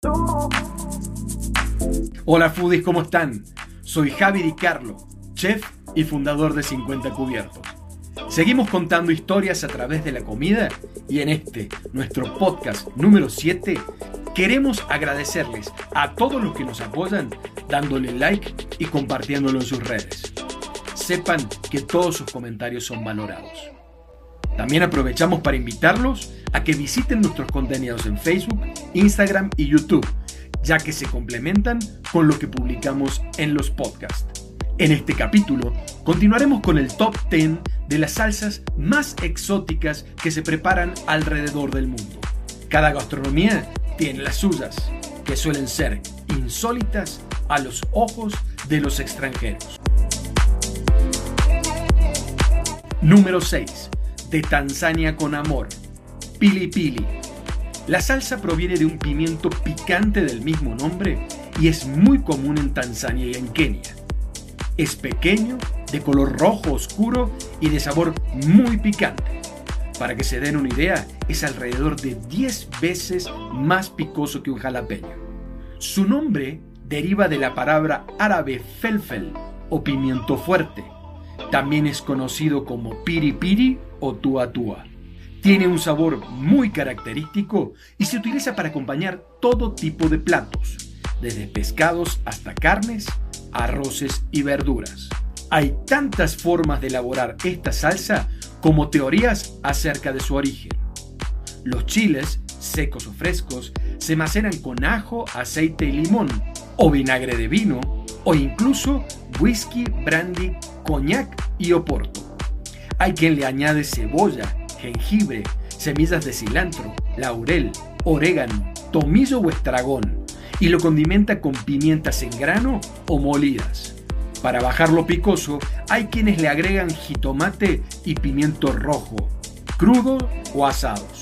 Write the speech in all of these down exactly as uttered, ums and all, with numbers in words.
Hola foodies, ¿cómo están? Soy Javi Di Carlo, chef y fundador de cincuenta Cubiertos. Seguimos contando historias a través de la comida y en este, nuestro podcast número siete, queremos agradecerles a todos los que nos apoyan dándole like y compartiéndolo en sus redes. Sepan que todos sus comentarios son valorados. También aprovechamos para invitarlos a que visiten nuestros contenidos en Facebook, Instagram y YouTube, ya que se complementan con lo que publicamos en los podcasts. En este capítulo continuaremos con el top diez de las salsas más exóticas que se preparan alrededor del mundo. Cada gastronomía tiene las suyas, que suelen ser insólitas a los ojos de los extranjeros. Número seis. De Tanzania con amor, pili pili. La salsa proviene de un pimiento picante del mismo nombre y es muy común en Tanzania y en Kenia. Es pequeño, de color rojo oscuro y de sabor muy picante. Para que se den una idea, es alrededor de diez veces más picoso que un jalapeño. Su nombre deriva de la palabra árabe felfel o pimiento fuerte. También es conocido como piri piri o tua tua. Tiene un sabor muy característico y se utiliza para acompañar todo tipo de platos, desde pescados hasta carnes, arroces y verduras. Hay tantas formas de elaborar esta salsa como teorías acerca de su origen. Los chiles, secos o frescos, se maceran con ajo, aceite y limón, o vinagre de vino, o incluso whisky, brandy, coñac y oporto. Hay quien le añade cebolla, jengibre, semillas de cilantro, laurel, orégano, tomillo o estragón y lo condimenta con pimientas en grano o molidas. Para bajar lo picoso, hay quienes le agregan jitomate y pimiento rojo, crudo o asados.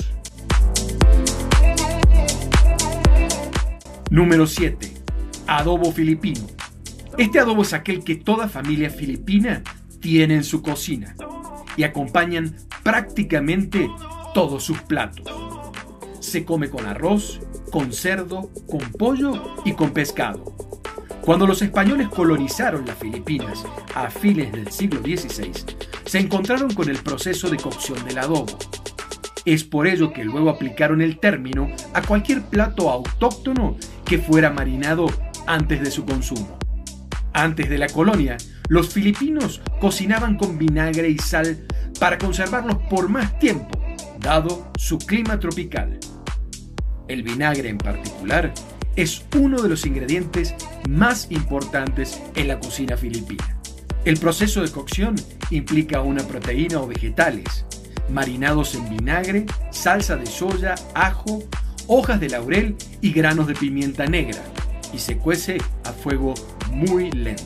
Número siete. Adobo filipino. Este adobo es aquel que toda familia filipina tiene en su cocina y acompañan prácticamente todos sus platos. Se come con arroz, con cerdo, con pollo y con pescado. Cuando los españoles colonizaron las Filipinas a fines del siglo dieciséis, se encontraron con el proceso de cocción del adobo. Es por ello que luego aplicaron el término a cualquier plato autóctono que fuera marinado antes de su consumo. Antes de la colonia, los filipinos cocinaban con vinagre y sal para conservarlos por más tiempo, dado su clima tropical. El vinagre en particular es uno de los ingredientes más importantes en la cocina filipina. El proceso de cocción implica una proteína o vegetales, marinados en vinagre, salsa de soya, ajo, hojas de laurel y granos de pimienta negra, y se cuece a fuego muy lento.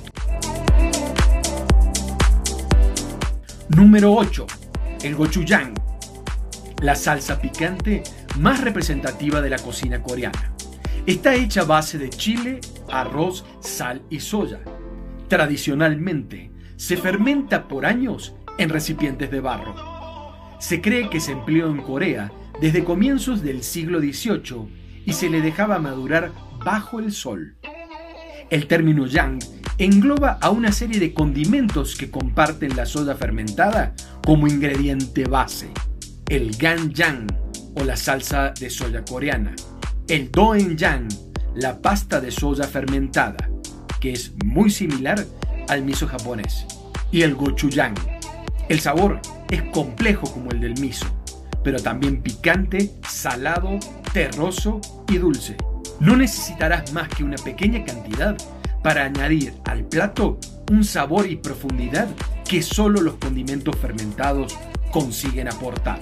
Número ocho. El gochujang, la salsa picante más representativa de la cocina coreana. Está hecha a base de chile, arroz, sal y soya. Tradicionalmente, se fermenta por años en recipientes de barro. Se cree que se empleó en Corea desde comienzos del siglo dieciocho y se le dejaba madurar bajo el sol. El término yang engloba a una serie de condimentos que comparten la soya fermentada como ingrediente base. El ganjang o la salsa de soya coreana. El doenjang, la pasta de soya fermentada, que es muy similar al miso japonés. Y el gochujang. El sabor es complejo como el del miso, pero también picante, salado, terroso y dulce. No necesitarás más que una pequeña cantidad para añadir al plato un sabor y profundidad que solo los condimentos fermentados consiguen aportar.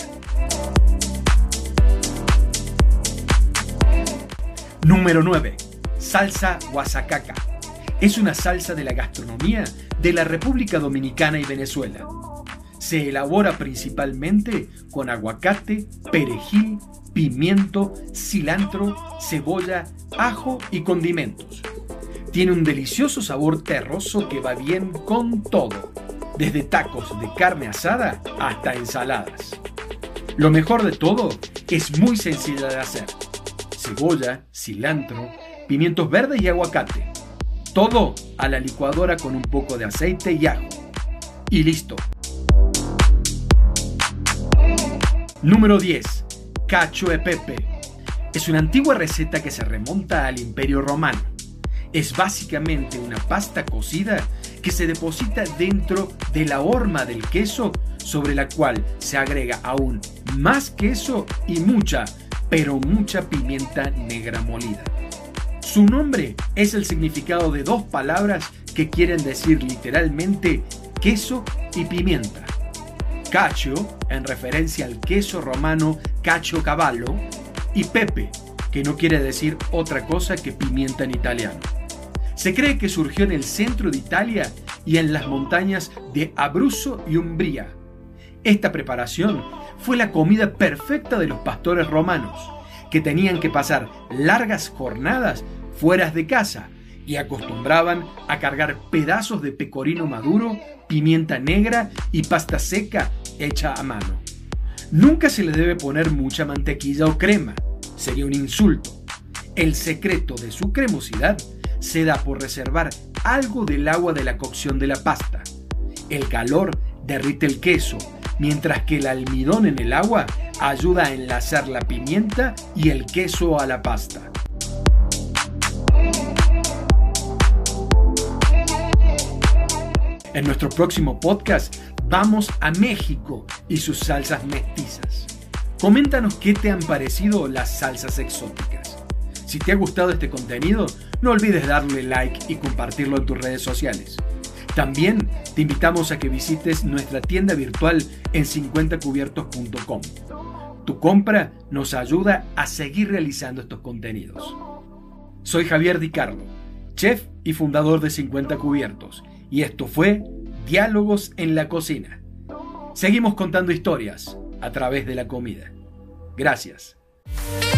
Número nueve. Salsa guasacaca. Es una salsa de la gastronomía de la República Dominicana y Venezuela. Se elabora principalmente con aguacate, perejil, pimiento, cilantro, cebolla, ajo y condimentos. Tiene un delicioso sabor terroso que va bien con todo, desde tacos de carne asada hasta ensaladas. Lo mejor de todo, es muy sencilla de hacer. Se cebolla, cilantro, pimientos verdes y aguacate. Todo a la licuadora con un poco de aceite y ajo. Y listo. Número diez. Cacio e pepe. Es una antigua receta que se remonta al Imperio Romano. Es básicamente una pasta cocida que se deposita dentro de la horma del queso, sobre la cual se agrega aún más queso y mucha, pero mucha pimienta negra molida. Su nombre es el significado de dos palabras que quieren decir literalmente queso y pimienta. Cacio, en referencia al queso romano Caciocavallo, y pepe, que no quiere decir otra cosa que pimienta en italiano. Se cree que surgió en el centro de Italia y en las montañas de Abruzzo y Umbría. Esta preparación fue la comida perfecta de los pastores romanos, que tenían que pasar largas jornadas fuera de casa y acostumbraban a cargar pedazos de pecorino maduro, pimienta negra y pasta seca hecha a mano. Nunca se le debe poner mucha mantequilla o crema, sería un insulto. El secreto de su cremosidad se da por reservar algo del agua de la cocción de la pasta. El calor derrite el queso, mientras que el almidón en el agua ayuda a enlazar la pimienta y el queso a la pasta. En nuestro próximo podcast vamos a México y sus salsas mestizas. Coméntanos qué te han parecido las salsas exóticas. Si te ha gustado este contenido, no olvides darle like y compartirlo en tus redes sociales. También te invitamos a que visites nuestra tienda virtual en cincuenta cubiertos punto com. Tu compra nos ayuda a seguir realizando estos contenidos. Soy Javier Di Carlo, chef y fundador de cincuenta cubiertos, y esto fue Diálogos en la Cocina. Seguimos contando historias a través de la comida. Gracias.